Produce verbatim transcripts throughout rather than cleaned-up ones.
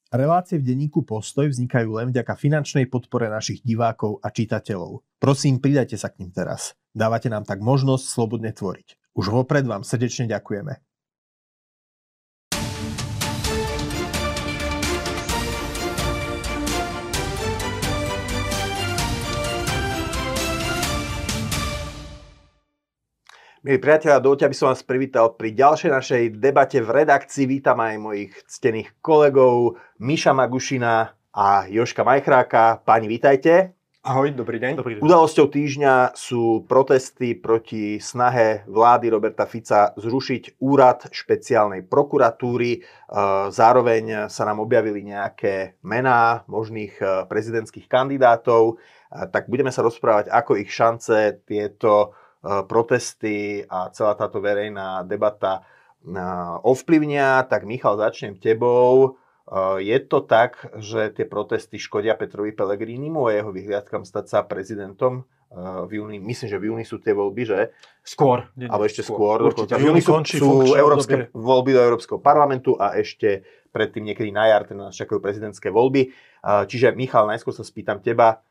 Relácie v denníku Postoj vznikajú len vďaka finančnej podpore našich divákov a čitateľov. Prosím, pridajte sa k nim teraz. Dávate nám tak možnosť slobodne tvoriť. Už vopred vám srdečne ďakujeme. Milí priatelia, dovoľte, aby som vás privítal pri ďalšej našej debate v redakcii. Vítam aj mojich ctených kolegov Miša Magušina a Jožka Majchráka. Páni, vítajte. Ahoj, dobrý deň. Dobrý deň. Udalosťou týždňa sú protesty proti snahe vlády Roberta Fica zrušiť úrad špeciálnej prokuratúry. Zároveň sa nám objavili nejaké mená možných prezidentských kandidátov. Tak budeme sa rozprávať, ako ich šance tieto protesty a celá táto verejná debata ovplyvnia. Tak Michal, začnem tebou. Je to tak, že tie protesty škodia Petrovi Pellegrinimu a jeho vyhliadkam stať sa prezidentom v júni? Myslím, že v júni sú tie voľby, že? Skôr. Nie, nie, Alebo ešte skôr. skôr. V júni sú, sú európske voľby do Európskeho parlamentu a ešte predtým niekedy na jar, teda nás čakajú prezidentské voľby. Čiže Michal, najskôr sa spýtam teba,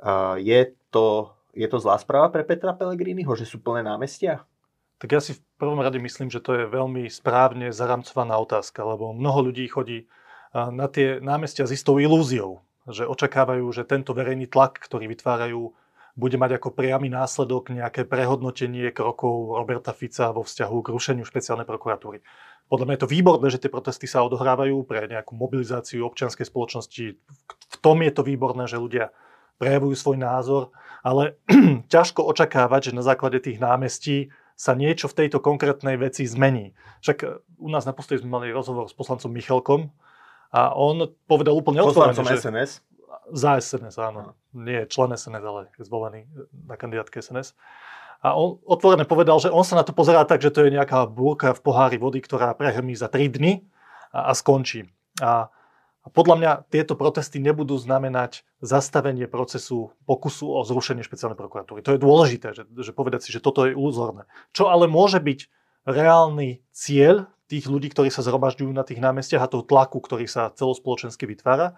je to Je to zlá správa pre Petra Pellegriniho, že sú plné námestia? Tak ja si v prvom rade myslím, že to je veľmi správne zaramcovaná otázka, lebo mnoho ľudí chodí na tie námestia s istou ilúziou, že očakávajú, že tento verejný tlak, ktorý vytvárajú, bude mať ako priamy následok nejaké prehodnotenie krokov Roberta Fica vo vzťahu k rušeniu špeciálnej prokuratúry. Podľa mňa je to výborné, že tie protesty sa odohrávajú pre nejakú mobilizáciu občianskej spoločnosti. V tom je to výborné, že ľudia prejavujú svoj názor, ale ťažko očakávať, že na základe tých námestí sa niečo v tejto konkrétnej veci zmení. Však u nás na Postoji sme mali rozhovor s poslancom Michalkom a on povedal úplne otvorene, poslancom že... es en es? Za es en es, áno. Nie člen es en es, ale je zvolený na kandidátke es en es. A on otvorene povedal, že on sa na to pozerá tak, že to je nejaká búrka v pohári vody, ktorá prehrmí za tri dni a, a skončí. A A podľa mňa tieto protesty nebudú znamenať zastavenie procesu pokusu o zrušenie špeciálnej prokuratúry. To je dôležité, že, že povedať si, že toto je iluzórne. Čo ale môže byť reálny cieľ tých ľudí, ktorí sa zhromažďujú na tých námestiach a toho tlaku, ktorý sa celospoločensky vytvára,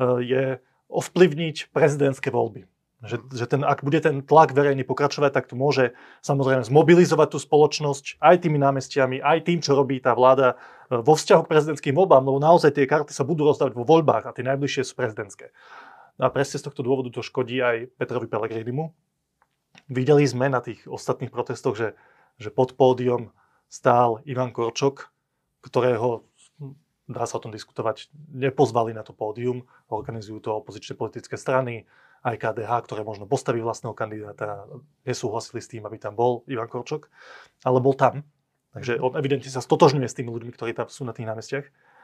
je ovplyvniť prezidentské voľby. Že, že ten, ak bude ten tlak verejne pokračovať, tak to môže samozrejme zmobilizovať tú spoločnosť aj tými námestiami, aj tým, čo robí tá vláda vo vzťahu k prezidentským voľbám, lebo naozaj tie karty sa budú rozdávať vo voľbách a tie najbližšie sú prezidentské. A presne z tohto dôvodu to škodí aj Petrovi Pellegrinimu. Videli sme na tých ostatných protestoch, že, že pod pódium stál Ivan Korčok, ktorého, dá sa o tom diskutovať, nepozvali na to pódium, organizujú to opozičné politické strany, aj ká dé há, ktoré možno postaví vlastného kandidáta, nesúhlasili s tým, aby tam bol Ivan Korčok, ale bol tam. Takže on evidentne sa stotožňuje s tými ľuďmi, ktorí tam sú na tých námestiach.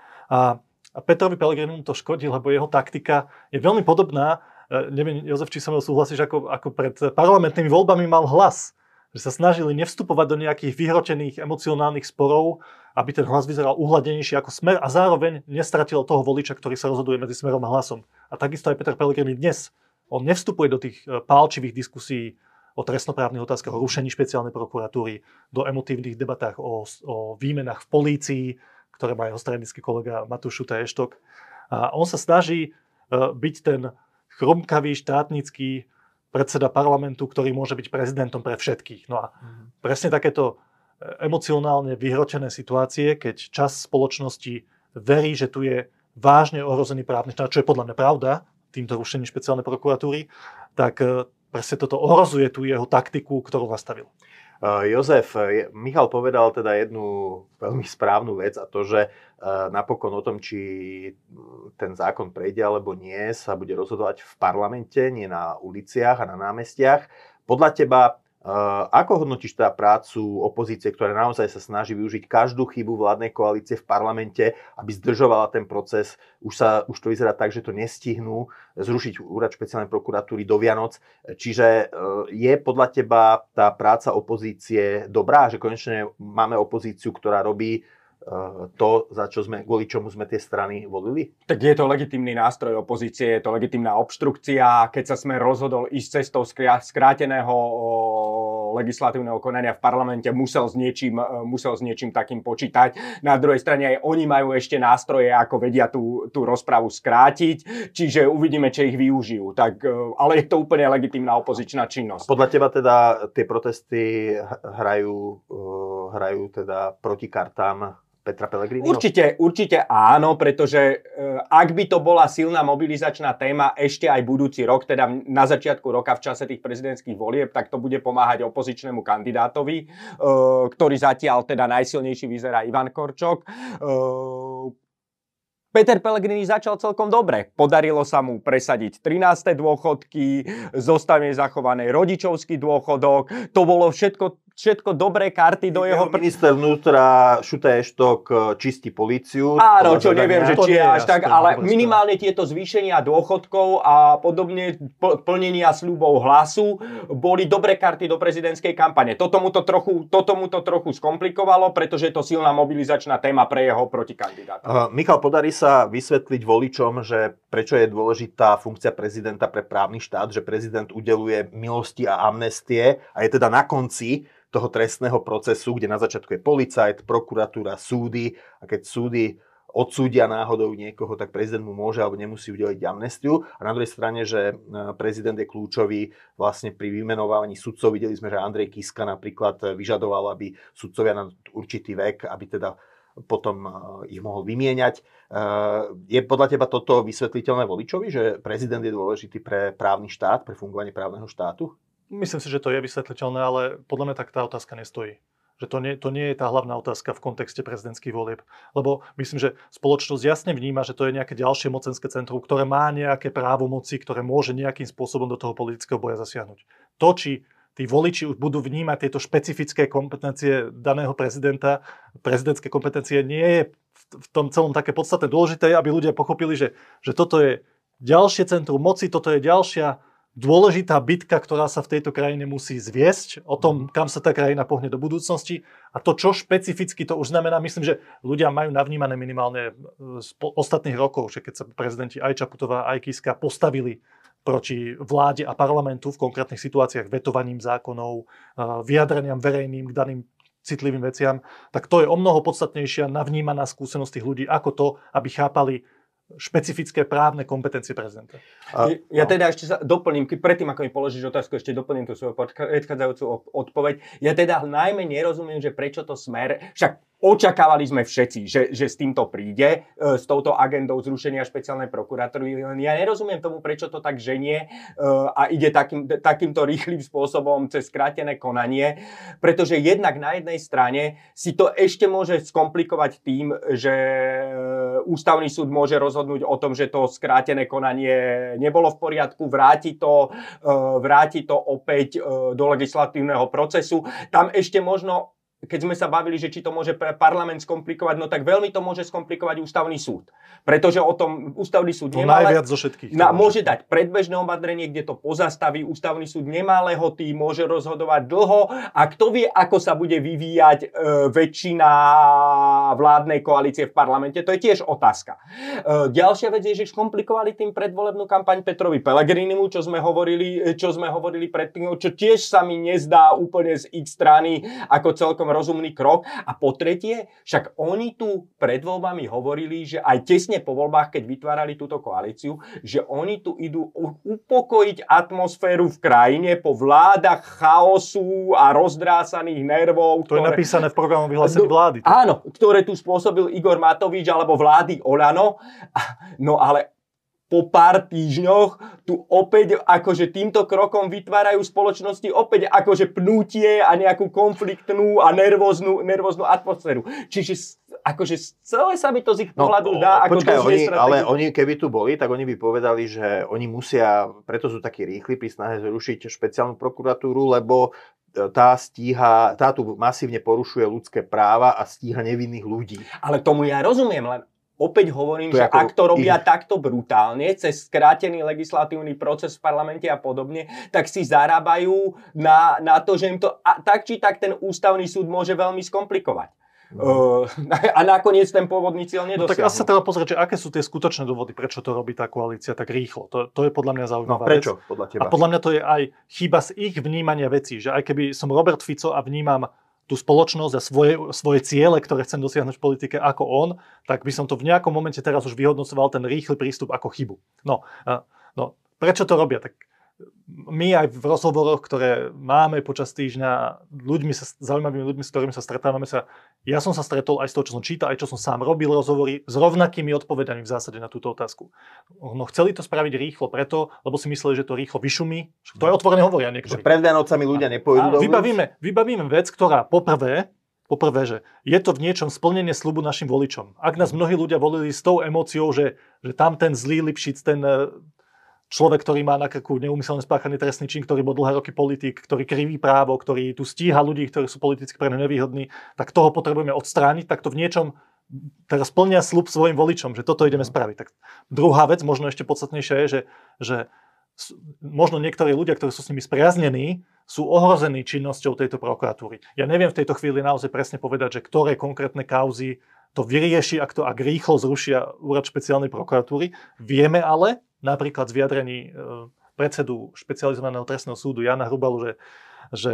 A, a Petrovi Pellegrinimu to škodí, lebo jeho taktika je veľmi podobná. E, neviem, Jozef, či so mnou súhlasíš, ako, ako pred parlamentnými voľbami mal Hlas. Že sa snažili nevstupovať do nejakých vyhrotených emocionálnych sporov, aby ten Hlas vyzeral uhladenejší ako Smer a zároveň nestratil toho voliča, ktorý sa rozhoduje medzi Smerom a Hlasom. A takisto aj Peter Pellegrini dnes. On nevstupuje do tých pálčivých diskusí o trestnoprávnych otázkach, o rušení špeciálnej prokuratúry, do emotívnych debatách o, o výmenách v polícii, ktoré má jeho stranický kolega Matúš Šuta Eštok. A on sa snaží byť ten chrumkavý štátnický predseda parlamentu, ktorý môže byť prezidentom pre všetkých. No a mm. presne takéto emocionálne vyhročené situácie, keď časť spoločnosti verí, že tu je vážne ohrozený právny štát, čo je podľa mňa pravda, týmto rušením špeciálnej prokuratúry, tak presne toto ohrozuje tú jeho taktiku, ktorú nastavil. Uh, Jozef, Michal povedal teda jednu veľmi správnu vec a to, že uh, napokon o tom, či ten zákon prejde alebo nie, sa bude rozhodovať v parlamente, nie na uliciach a na námestiach. Podľa teba, uh, ako hodnotíš teda prácu opozície, ktorá naozaj sa snaží využiť každú chybu vládnej koalície v parlamente, aby zdržovala ten proces? Už, sa, už to vyzerá tak, že to nestihnú zrušiť úrad špeciálnej prokuratúry do Vianoc. Čiže je podľa teba tá práca opozície dobrá, že konečne máme opozíciu, ktorá robí to, za čo sme, kvôli čomu sme tie strany volili? Tak je to legitímny nástroj opozície, je to legitímna obštrukcia. Keď sa Smer rozhodol ísť cestou skráteného legislatívneho konania v parlamente musel s niečím, musel s niečím takým počítať. Na druhej strane aj oni majú ešte nástroje, ako vedia tú, tú rozpravu skrátiť, čiže uvidíme, či ich využijú. Tak, ale je to úplne legitímna opozičná činnosť. Podľa teba teda tie protesty hrajú, hrajú teda proti kartám Petra Pellegriniho? Určite, určite áno, pretože e, ak by to bola silná mobilizačná téma ešte aj budúci rok, teda na začiatku roka v čase tých prezidentských volieb, tak to bude pomáhať opozičnému kandidátovi, e, ktorý zatiaľ teda najsilnejší vyzerá Ivan Korčok. E, Peter Pellegrini začal celkom dobre. Podarilo sa mu presadiť trináste dôchodky, zostane zachovaný rodičovský dôchodok. To bolo všetko všetko dobré karty do jeho... Pr- Minister vnútra Šuta Eštok čistí políciu. Áno, čo neviem, že či je až tak, ale dobré, minimálne tieto zvýšenia dôchodkov a podobne plnenia sľubov Hlasu boli dobré karty do prezidentskej kampane. Toto mu to trochu, toto mu to trochu skomplikovalo, pretože je to silná mobilizačná téma pre jeho protikandidáta. Uh, Michal, podarí sa vysvetliť voličom, že prečo je dôležitá funkcia prezidenta pre právny štát, že prezident udeľuje milosti a amnestie a je teda na konci toho trestného procesu, kde na začiatku je policajt, prokuratúra, súdy a keď súdy odsúdia náhodou niekoho, tak prezident mu môže alebo nemusí udeliť amnestiu. A na druhej strane, že prezident je kľúčový vlastne pri vymenovávaní sudcov. Videli sme, že Andrej Kiska napríklad vyžadoval, aby sudcovia na určitý vek, aby teda potom ich mohol vymieňať. Je podľa teba toto vysvetliteľné voličovi, že prezident je dôležitý pre právny štát, pre fungovanie právneho štátu? Myslím si, že to je vysvetliteľné, ale podľa mňa tak tá otázka nestojí. Že to nie, to nie je tá hlavná otázka v kontexte prezidentských volieb. Lebo myslím, že spoločnosť jasne vníma, že to je nejaké ďalšie mocenské centrum, ktoré má nejaké právomoci, ktoré môže nejakým spôsobom do toho politického boja zasiahnuť. To, či tí voliči už budú vnímať tieto špecifické kompetencie daného prezidenta, prezidentské kompetencie, nie je v tom celom také podstatné. Dôležité je, aby ľudia pochopili, že, že toto je ďalšie centrum moci, toto je ďalšia dôležitá bitka, ktorá sa v tejto krajine musí zviesť o tom, kam sa tá krajina pohne do budúcnosti. A to, čo špecificky to už znamená, myslím, že ľudia majú navnímané minimálne z ostatných rokov, že keď sa prezidenti aj Čaputová, aj Kiska postavili proti vláde a parlamentu v konkrétnych situáciách vetovaním zákonov, vyjadraniam verejným k daným citlivým veciam, tak to je o mnoho podstatnejšia navnímaná skúsenosť tých ľudí ako to, aby chápali špecifické právne kompetencie prezidenta. A, ja no. teda ešte sa doplním, predtým ako mi položíš otázku, ešte doplním tú svoju predchádzajúcu odpoveď. Ja teda najmä nerozumiem, že prečo to Smer, však očakávali sme všetci, že, že s týmto príde, e, s touto agendou zrušenia špeciálnej prokuratúry. Ja nerozumiem tomu, prečo to tak ženie e, a ide takým, takýmto rýchlym spôsobom cez skrátené konanie, pretože jednak na jednej strane si to ešte môže skomplikovať tým, že Ústavný súd môže rozhodnúť o tom, že to skrátené konanie nebolo v poriadku, vráti to, e, vráti to opäť e, do legislatívneho procesu. Tam ešte možno, keď sme sa bavili, že či to môže pre parlament skomplikovať, no tak veľmi to môže skomplikovať Ústavný súd. Pretože o tom Ústavný súd no nemá... najviac zo všetkých. Na, môže dať predbežné opatrenie, kde to pozastaví. Ústavný súd nemá lehoty, môže rozhodovať dlho a kto vie, ako sa bude vyvíjať e, väčšina vládnej koalície v parlamente. To je tiež otázka. E, ďalšia vec je, že skomplikovali tým predvolebnú kampaň Petrovi Pellegrinimu, čo sme hovorili, čo sme hovorili predtým, čo tiež sa mi nezdá úplne z ich strany ako celkom rozumný krok. A po tretie, však oni tu pred voľbami hovorili, že aj tesne po voľbách, keď vytvárali túto koalíciu, že oni tu idú upokojiť atmosféru v krajine po vládach chaosu a rozdrásaných nervov. To ktoré... je napísané v programu vyhlásení vlády. Áno, ktoré tu spôsobil Igor Matovič alebo vlády Olano. No ale po pár týždňoch tu opäť akože týmto krokom vytvárajú spoločnosti opäť akože pnutie a nejakú konfliktnú a nervóznu, nervóznu atmosféru. Čiže akože celé sa mi to z ich pohľadu no, dá ako počkaj, oni, strategické. ale oni keby tu boli, tak oni by povedali, že oni musia, preto sú takí rýchli pri snahe zrušiť špeciálnu prokuratúru, lebo tá stíha, tá tu masívne porušuje ľudské práva a stíha nevinných ľudí. Ale tomu ja rozumiem, len opäť hovorím, to že ak to robia ich... takto brutálne, cez skrátený legislatívny proces v parlamente a podobne, tak si zarábajú na, na to, že im to a, tak či tak ten Ústavný súd môže veľmi skomplikovať. Uh, a nakoniec ten pôvodný cieľ nedosiahnu. No tak asi sa treba pozrieť, že aké sú tie skutočné dôvody, prečo to robí tá koalícia tak rýchlo. To, to je podľa mňa zaujímavá no, prečo, vec. podľa teba? A podľa mňa to je aj chyba z ich vnímania vecí, že aj keby som Robert Fico a vnímam tú spoločnosť a svoje, svoje ciele, ktoré chcem dosiahnuť v politike ako on, tak by som to v nejakom momente teraz už vyhodnocoval ten rýchly prístup ako chybu. No, no prečo to robia? Tak my aj v rozhovoroch, ktoré máme počas týždňa, ľuďmi sa, zaujímavými ľuďmi, s ktorými sa stretávame, sa, ja som sa stretol aj s toho, čo som čítal, aj čo som sám robil rozhovory s rovnakými odpovedami v zásade na túto otázku. No chceli to spraviť rýchlo preto, lebo si mysleli, že to rýchlo vyšumí. To aj otvorene hovoria niektorí. Že pred Vianocami ľudia nepôjdu do ulic? Vybavíme, vybavíme vec, ktorá poprvé, poprvé, že je to v niečom splnenie sľubu našim voličom. Ak nás mnohí ľudia volili s tou emóciou, že, že tam ten zlý Lipšic, ten človek, ktorý má na krku neúmyselne spáchaný trestný čin, ktorý bol dlhé roky politik, ktorý kriví právo, ktorý tu stíha ľudí, ktorí sú politicky pre ne nevýhodní, tak toho potrebujeme odstrániť, tak to v niečom teraz plnia sľub svojim voličom, že toto ideme spraviť. Tak druhá vec, možno ešte podstatnejšia je, že, že možno niektorí ľudia, ktorí sú s nimi spriaznení, sú ohrození činnosťou tejto prokuratúry. Ja neviem v tejto chvíli naozaj presne povedať, že ktoré konkrétne kauzy to vyrieši, ak to ak rýchlo zrušia úrad špeciálnej prokuratúry. Vieme ale, napríklad z vyjadrení predsedu špecializovaného trestného súdu Jana Hrubalu, že, že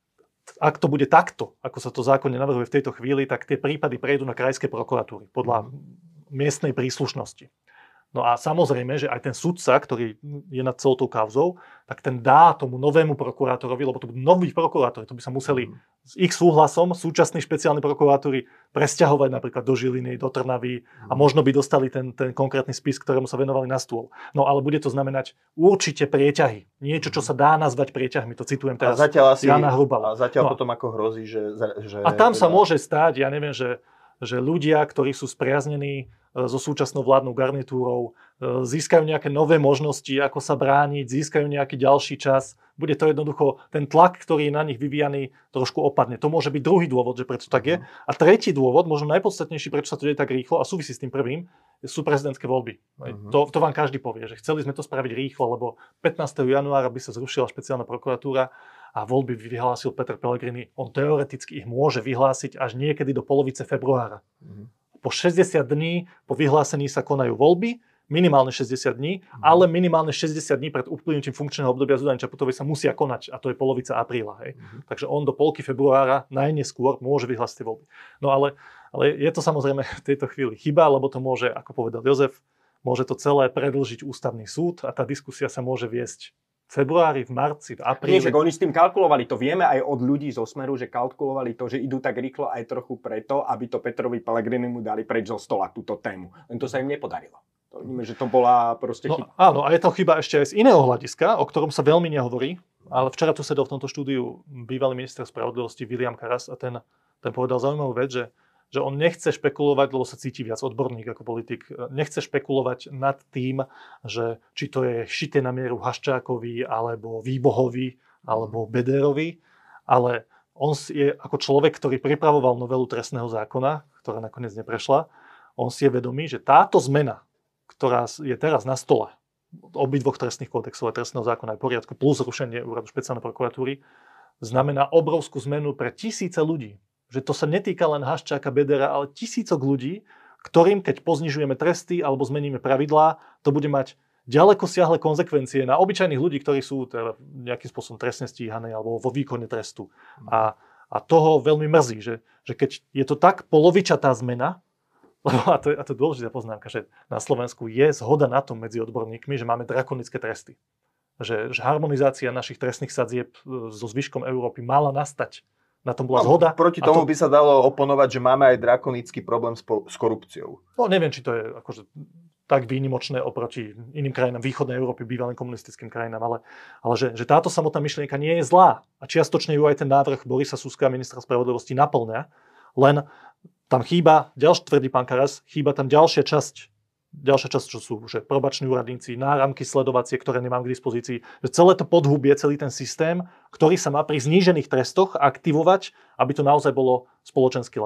ak to bude takto, ako sa to zákonne navrhuje v tejto chvíli, tak tie prípady prejdú na krajské prokuratúry podľa miestnej príslušnosti. No a samozrejme, že aj ten sudca, ktorý je nad celou tou kauzou, tak ten dá tomu novému prokurátorovi, lebo to budú noví prokurátori, to by sa museli s ich súhlasom súčasní špeciálni prokurátori presťahovať napríklad do Žiliny, do Trnavy a možno by dostali ten, ten konkrétny spis, ktorému sa venovali na stôl. No ale bude to znamenať určite prieťahy. Niečo, čo sa dá nazvať prieťahmi. To citujem teraz a zatiaľ asi, Jana Hrubala. A zatiaľ no. potom ako hrozí, že... že a tam sa môže stať, ja neviem, že, že ľudia, ktorí sú spriaznení so súčasnou vládnou garnitúrou, získajú nejaké nové možnosti, ako sa brániť, získajú nejaký ďalší čas. Bude to jednoducho, ten tlak, ktorý je na nich vyvíjaný, trošku opadne. To môže byť druhý dôvod, že prečo tak je. A tretí dôvod, možno najpodstatnejší, prečo sa to deje tak rýchlo a súvisí s tým prvým, sú prezidentské voľby. Uh-huh. To, to vám každý povie, že chceli sme to spraviť rýchlo, lebo pätnásteho januára by sa zrušila špeciálna prokuratúra a voľby vyhlásil Peter Pellegrini. On teoreticky ich môže vyhlásiť až niekedy do polovice februára. Uh-huh. Po šesťdesiat dní po vyhlásení sa konajú voľby, minimálne šesťdesiat dní, mm. ale minimálne šesťdesiat dní pred uplynutím funkčného obdobia Zuzany Čaputovej sa musia konať, a to je polovica apríla. Hej. Mm. Takže on do polky februára najneskôr môže vyhlásiť tie voľby. No ale, ale je to samozrejme v tejto chvíli chyba, lebo to môže, ako povedal Jozef, môže to celé predĺžiť ústavný súd a tá diskusia sa môže viesť v februári, v marci, v apríli. Nie, že oni s tým kalkulovali, to vieme aj od ľudí zo Smeru, že kalkulovali to, že idú tak rýchlo aj trochu preto, aby to Petrovi Pellegrinimu dali preč zo stola túto tému. Len to sa im nepodarilo. To vidíme, že to bola proste no, chyba. Áno, a je to chyba ešte aj z iného hľadiska, o ktorom sa veľmi nehovorí, ale včera tu sedel v tomto štúdiu bývalý minister spravodlivosti William Karas a ten, ten povedal zaujímavú vec, že že on nechce špekulovať, lebo sa cíti viac odborník ako politik, nechce špekulovať nad tým, že či to je šité na mieru Haščákovi, alebo Výbohovi, alebo Bederovi, ale on je ako človek, ktorý pripravoval novelu trestného zákona, ktorá nakoniec neprešla, on si je vedomý, že táto zmena, ktorá je teraz na stole, obidvoch trestných kódexov a trestného zákona aj poriadku, plus zrušenie úradu špeciálnej prokuratúry, znamená obrovskú zmenu pre tisíce ľudí. Že to sa netýka len Haščáka, Bedera, ale tisícok ľudí, ktorým, keď poznižujeme tresty alebo zmeníme pravidlá, to bude mať ďaleko siahle konzekvencie na obyčajných ľudí, ktorí sú teda nejakým spôsobom trestne stíhaní alebo vo výkone trestu. A, a toho veľmi mrzí, že, že keď je to tak polovičatá zmena, lebo a to, a to je dôležitá poznámka, že na Slovensku je zhoda na tom medzi odborníkmi, že máme drakonické tresty. Že, že harmonizácia našich trestných sadzieb so zvyškom Európy mala nastať. Na tom bola zhoda. Proti tomu to... by sa dalo oponovať, že máme aj drakonický problém s, po, s korupciou. No neviem, či to je akože tak výnimočné oproti iným krajinám východnej Európy, bývalým komunistickým krajinám, ale, ale že, že táto samotná myšlienka nie je zlá. A čiastočne ju aj ten návrh Borisa Suska, ministra spravodlivosti, naplňa. Len tam chýba, ďalší tvrdí pán Karas, chýba tam ďalšia časť, ďalšia časť, čo sú že probační úradníci, náramky sledovacie, ktoré nemám k dispozícii. Že celé to podhubie, celý ten systém, ktorý sa má pri znížených trestoch aktivovať, aby to naozaj bolo spoločensky lepšie.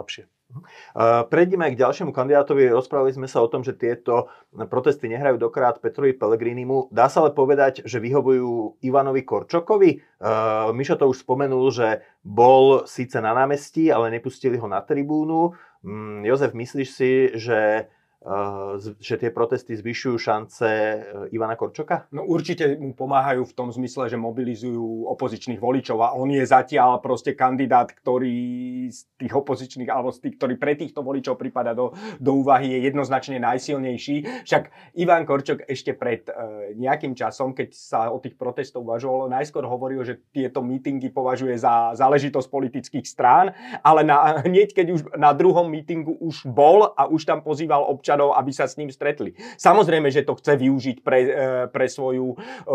Prejdime k ďalšiemu kandidátovi. Rozprávali sme sa o tom, že tieto protesty nehrajú dokrát Petrovi Pellegrinimu. Dá sa ale povedať, že vyhovujú Ivanovi Korčokovi? Uh, Mišo to už spomenul, že bol síce na námestí, ale nepustili ho na tribúnu. Um, Jozef, myslíš si, že že tie protesty zvyšujú šance Ivana Korčoka? No určite mu pomáhajú v tom zmysle, že mobilizujú opozičných voličov a on je zatiaľ proste kandidát, ktorý z tých opozičných, alebo z tých, ktorý pre týchto voličov prípada do, do úvahy, je jednoznačne najsilnejší. Však Ivan Korčok ešte pred e, nejakým časom, keď sa o tých protestoch uvažovalo, najskôr hovoril, že tieto mítingy považuje za záležitosť politických strán, ale na, hneď keď už na druhom mítingu už bol a už tam pozýval občanov, aby sa s ním stretli. Samozrejme, že to chce využiť pre, pre svoju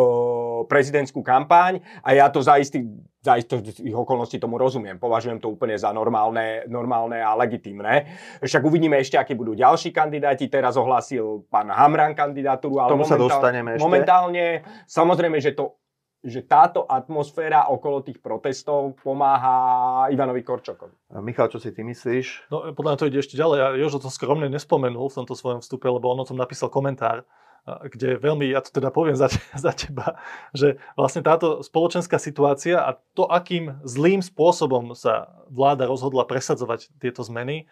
uh, prezidentskú kampaň a ja to za istých za istých okolností tomu rozumiem. Považujem to úplne za normálne, normálne a legitímne. Však uvidíme ešte, akí budú ďalší kandidáti. Teraz ohlásil pán Hamran kandidatúru. Ale tomu sa dostaneme ešte. Momentálne, samozrejme, že to že táto atmosféra okolo tých protestov pomáha Ivanovi Korčokovi. Michal, čo si ty myslíš? No, podľa mňa to ide ešte ďalej. A Jožo to skromne nespomenul v tomto svojom vstupe, lebo on o tom napísal komentár, kde veľmi, ja to teda poviem za, za teba, že vlastne táto spoločenská situácia a to, akým zlým spôsobom sa vláda rozhodla presadzovať tieto zmeny,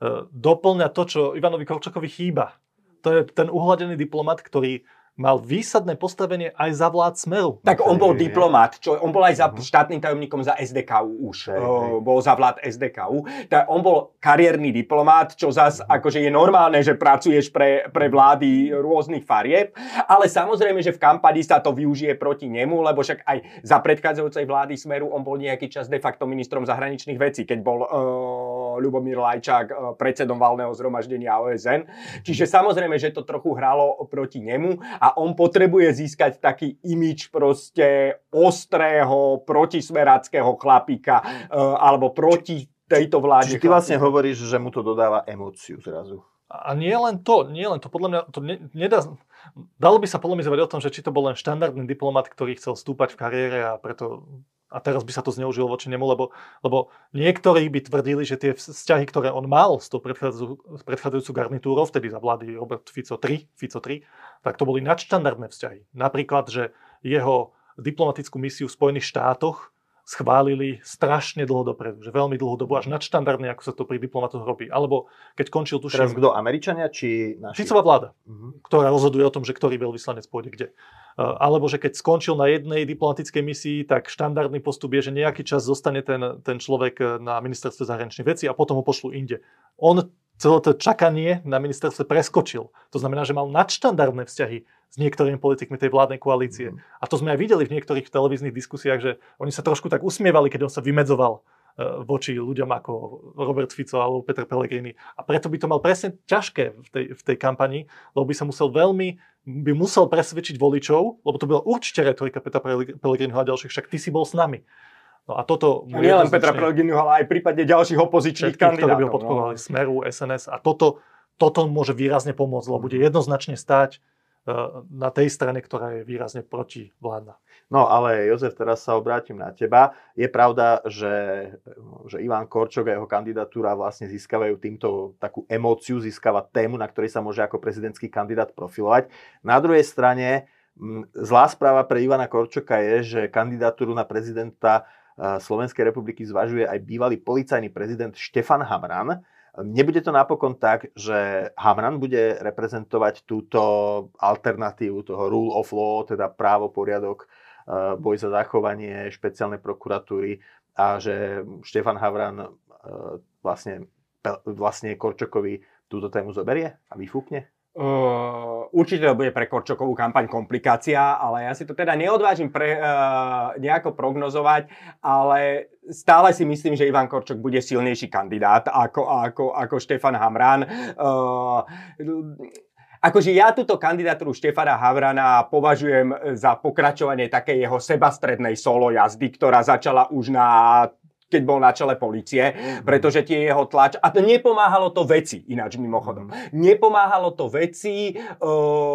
doplňa to, čo Ivanovi Korčokovi chýba. To je ten uhladený diplomat, ktorý mal výsadné postavenie aj za vlád Smeru. Tak on bol diplomat, čo on bol aj za štátnym tajomníkom za es dé ká ú už. Hej, hej. Bol za vlád es dé ká ú. Tak on bol kariérny diplomat, čo zas akože je normálne, že pracuješ pre, pre vlády rôznych farieb, ale samozrejme, že v kampani sa to využije proti nemu, lebo však aj za predchádzajúcej vlády Smeru on bol nejaký čas de facto ministrom zahraničných vecí, keď bol uh, Ľubomír Lajčák uh, predsedom valného zhromaždenia ó es en. Čiže samozrejme, že to trochu hralo proti nemu. A on potrebuje získať taký imič proste ostrého, protismerackého chlapíka, uh, alebo proti tejto vláde. Čiže ty vlastne hovoríš, že mu to dodáva emóciu zrazu. A nie len to, nie len to. Podľa mňa to ne, nedá... Dalo by sa polemizovať o tom, že či to bol len štandardný diplomat, ktorý chcel stúpať v kariére a preto... A teraz by sa to zneužilo voči nemu, lebo, lebo niektorí by tvrdili, že tie vzťahy, ktoré on mal s tou predchádzajúcou, predchádzajúcou garnitúrou, vtedy za vlády Robert Fico tri, Fico tri, tak to boli nadštandardné vzťahy. Napríklad, že jeho diplomatickú misiu v Spojených štátoch schválili strašne dlho dopredu, že veľmi dlhú dobu, až nadštandardne, ako sa to pri diplomatoch robí. Alebo keď končil, tuším... Teraz kto, Američania či naši? Ficová vláda, uh-huh. ktorá rozhoduje o tom, že ktorý veľvyslanec pôjde kde. Alebo že keď skončil na jednej diplomatickej misii, tak štandardný postup je, že nejaký čas zostane ten, ten človek na ministerstve zahraničných vecí a potom ho pošlú inde. On celé to čakanie na ministerstve preskočil. To znamená, že mal nadštandardné vzťahy s niektorými politikmi tej vládnej koalície. Mm. A to sme aj videli v niektorých televíznych diskusiách, že oni sa trošku tak usmievali, keď on sa vymedzoval voči ľuďom ako Robert Fico alebo Peter Pellegrini. A preto by to mal presne ťažké v tej, v tej kampani, lebo by sa musel veľmi, by musel presvedčiť voličov, lebo to bola určite retorika Petra Pellegriniho a ďalších, však ty si bol s nami. No a toto... A nie len Petra Pellegriniho, ale aj prípadne ďalších opozičných kandidátov. Ktorí by ho podporovali, no. Smeru, es en es. A toto, toto môže výrazne pomôcť, lebo bude jednoznačne stáť na tej strane, ktorá je výrazne protivládna. No ale Jozef, teraz sa obrátim na teba. Je pravda, že, že Ivan Korčok a jeho kandidatúra vlastne získavajú týmto takú emóciu, získava tému, na ktorej sa môže ako prezidentský kandidát profilovať. Na druhej strane, zlá správa pre Ivana Korčoka je, že kandidatúru na prezidenta Slovenskej republiky zvažuje aj bývalý policajný prezident Štefan Hamran. Nebude to napokon tak, že Hamran bude reprezentovať túto alternatívu toho rule of law, teda právo, poriadok, boj za zachovanie špeciálnej prokuratúry a že Štefan Hamran vlastne, vlastne Korčokovi túto tému zoberie a vyfúkne? Uh, určite to bude pre Korčokovú kampaň komplikácia, ale ja si to teda neodvážim pre, uh, nejako prognozovať, ale stále si myslím, že Ivan Korčok bude silnejší kandidát ako, ako, ako Štefan Hamran. Uh, Akože ja túto kandidatúru Štefana Havrana považujem za pokračovanie takej jeho sebastrednej solo jazdy, ktorá začala už na... keď bol na čele polície, pretože tie jeho tlač... A to nepomáhalo to veci, ináč mimochodom. Nepomáhalo to veci, uh,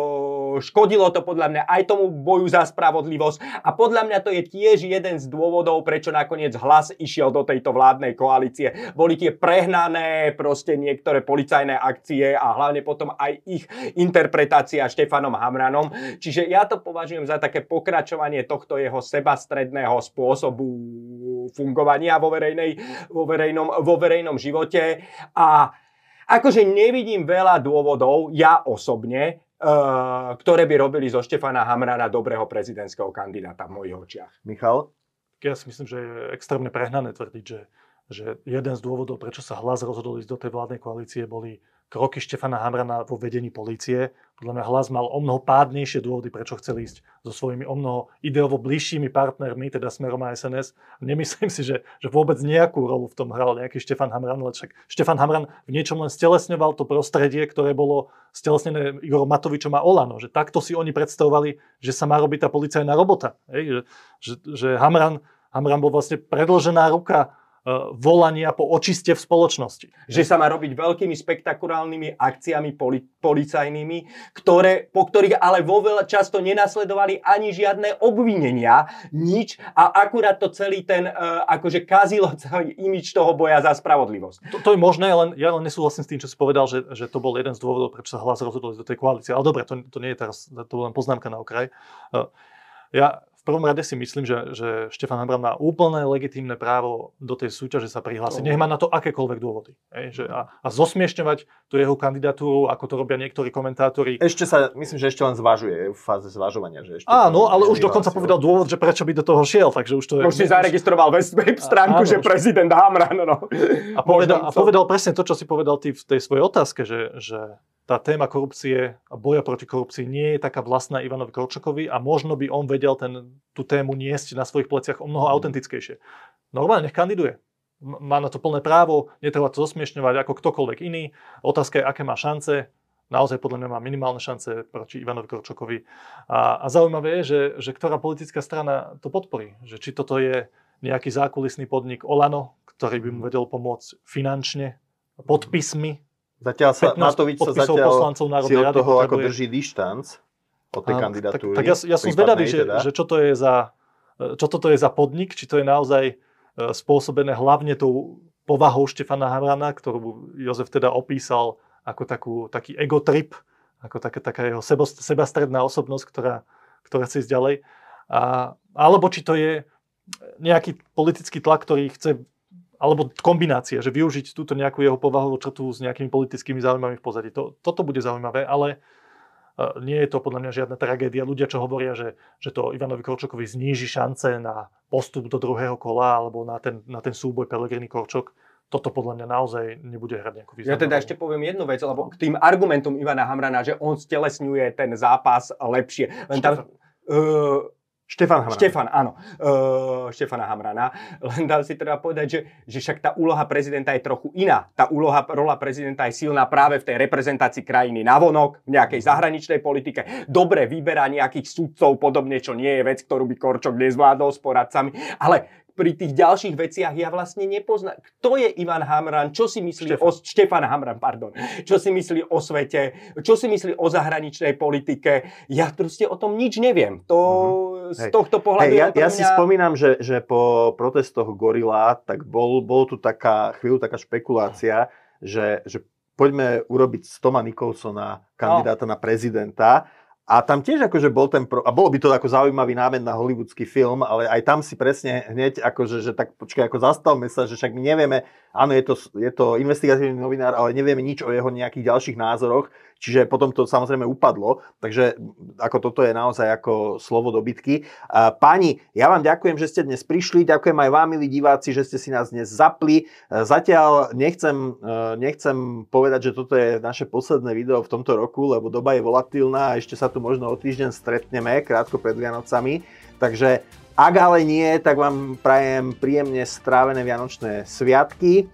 škodilo to podľa mňa aj tomu boju za spravodlivosť a podľa mňa to je tiež jeden z dôvodov, prečo nakoniec Hlas išiel do tejto vládnej koalície. Boli tie prehnané proste niektoré policajné akcie a hlavne potom aj ich interpretácia Štefanom Hamranom. Čiže ja to považujem za také pokračovanie tohto jeho sebastredného spôsobu fungovania vo, verejnej, vo, verejnom, vo verejnom živote a akože nevidím veľa dôvodov, ja osobne, uh, ktoré by robili zo Štefana Hamrana dobrého prezidentského kandidáta v mojich očiach. Michal? Ja si myslím, že je extrémne prehnané tvrdiť, že, že jeden z dôvodov, prečo sa Hlas rozhodol ísť do tej vládnej koalície, boli kroky Štefana Hamrana vo vedení polície. Podľa mňa Hlas mal omnoho pádnejšie dôvody, prečo chcel ísť so svojimi omnoho ideovo bližšími partnermi, teda Smerom a es en es. Nemyslím si, že, že vôbec nejakú rolu v tom hral nejaký Štefan Hamran, ale však Štefan Hamran v niečom len stelesňoval to prostredie, ktoré bolo stelesnené Igorom Matovičom a Olano. Že takto si oni predstavovali, že sa má robiť tá policajná robota. Hej? Že, že, že Hamran, Hamran bol vlastne predĺžená ruka volania po očiste v spoločnosti. Že sa má robiť veľkými spektakulárnymi akciami poli- policajnými, ktoré, po ktorých ale vo veľa často nenasledovali ani žiadne obvinenia, nič a akurát to celý ten, uh, akože kazilo celý imič toho boja za spravodlivosť. To, to je možné, len ja len nesúhlasím s tým, čo si povedal, že, že to bol jeden z dôvodov, prečo sa Hlas rozhodol do tej koalície. Ale dobre, to, to nie je teraz, to len poznámka na okraj. Uh, ja v prvom rade si myslím, že, že Štefan Hamran má úplne legitímne právo do tej súťaže sa prihlásiť. Nech má na to akékoľvek dôvody. Hej, že a, a zosmiešňovať tú jeho kandidatúru, ako to robia niektorí komentátori. Ešte sa, myslím, že ešte len zvažuje v fáze zvažovania. Že ešte Áno, ale už dokonca povedal dôvod, že prečo by do toho šiel. Takže už to je... Už si zaregistroval web stránku, že prezident Hamran. No. A, povedal, a povedal presne to, čo si povedal ty v tej svojej otázke, že, že tá téma korupcie a boja proti korupcii nie je taká vlastná Ivanovi Korčokovi a možno by on vedel ten, tú tému niesť na svojich pleciach o mnoho autentickejšie. Normálne, nech kandiduje. Má na to plné právo, netreba to zosmiešňovať ako ktokoľvek iný. Otázka je, aké má šance. Naozaj podľa mňa má minimálne šance proti Ivanovi Korčokovi. A, a zaujímavé je, že, že ktorá politická strana to podporí. Že či toto je nejaký zákulisný podnik Olano, ktorý by mu vedel pomôcť finančne, podpismi. Zatiaľ sa Matovič sa zatiaľ si od toho potrebuje. Ako drží dištanc od tej kandidatúry. Tak, tak ja, ja som zvedavý, že, teda. že čo, to je za, čo toto je za podnik, či to je naozaj spôsobené hlavne tou povahou Štefana Hamrana, ktorú Jozef teda opísal ako takú, taký egotrip, ako taká, taká jeho sebastredná osobnosť, ktorá, ktorá chce ísť ďalej. A, alebo či to je nejaký politický tlak, ktorý chce, alebo kombinácia, že využiť túto nejakú jeho povahovú črtu s nejakými politickými záujmami v pozadí. To, toto bude zaujímavé, ale nie je to podľa mňa žiadna tragédia. Ľudia, čo hovoria, že, že to Ivanovi Korčokovi zníži šance na postup do druhého kola alebo na ten, na ten súboj Pellegrini-Korčok, toto podľa mňa naozaj nebude hrať nejakú významnú. Ja teda ešte poviem jednu vec, lebo k tým argumentom Ivana Hamrana, že on stelesňuje ten zápas lepšie. Len tam, uh, Štefan Hamran. Štefan, áno. Uh, Štefana Hamrana. Len dá si treba povedať, že, že však tá úloha prezidenta je trochu iná. Tá úloha, rola prezidenta je silná práve v tej reprezentácii krajiny navonok, v nejakej zahraničnej politike. Dobre vyberá nejakých sudcov, podobne, čo nie je vec, ktorú by Korčok nezvládol s poradcami. Ale pri tých ďalších veciach ja vlastne nepoznám. Kto je Ivan Hamran? Čo si myslí Štefan. o... Štefan Hamran, pardon. Čo si myslí o svete? Čo si myslí o zahraničnej politike? Ja proste o tom nič neviem. To mm-hmm. z tohto pohľadu... Hey, ja, ja mňa... si spomínam, že, že po protestoch Gorila, tak bol, bol tu taká chvíľu, taká špekulácia, že, že poďme urobiť z Toma Nicholsona kandidáta no. na prezidenta. A tam tiež akože bol ten... Pro... A bolo by to ako zaujímavý námed na hollywoodský film, ale aj tam si presne hneď akože, že tak počkaj, ako zastavme sa, že však my nevieme, áno, je to, je to investigatívny novinár, ale nevieme nič o jeho nejakých ďalších názoroch, čiže potom to samozrejme upadlo, takže ako toto je naozaj ako slovo do bitky. Páni, ja vám ďakujem, že ste dnes prišli, ďakujem aj vám, milí diváci, že ste si nás dnes zapli. Zatiaľ nechcem, nechcem povedať, že toto je naše posledné video v tomto roku, lebo doba je volatilná a ešte sa tu možno o týždeň stretneme, krátko pred Vianocami. Takže ak ale nie, tak vám prajem príjemne strávené vianočné sviatky.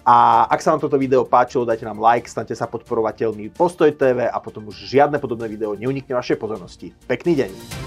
A ak sa vám toto video páčilo, dajte nám like, staňte sa podporovateľmi Postoj té vé a potom už žiadne podobné video neunikne vašej pozornosti. Pekný deň!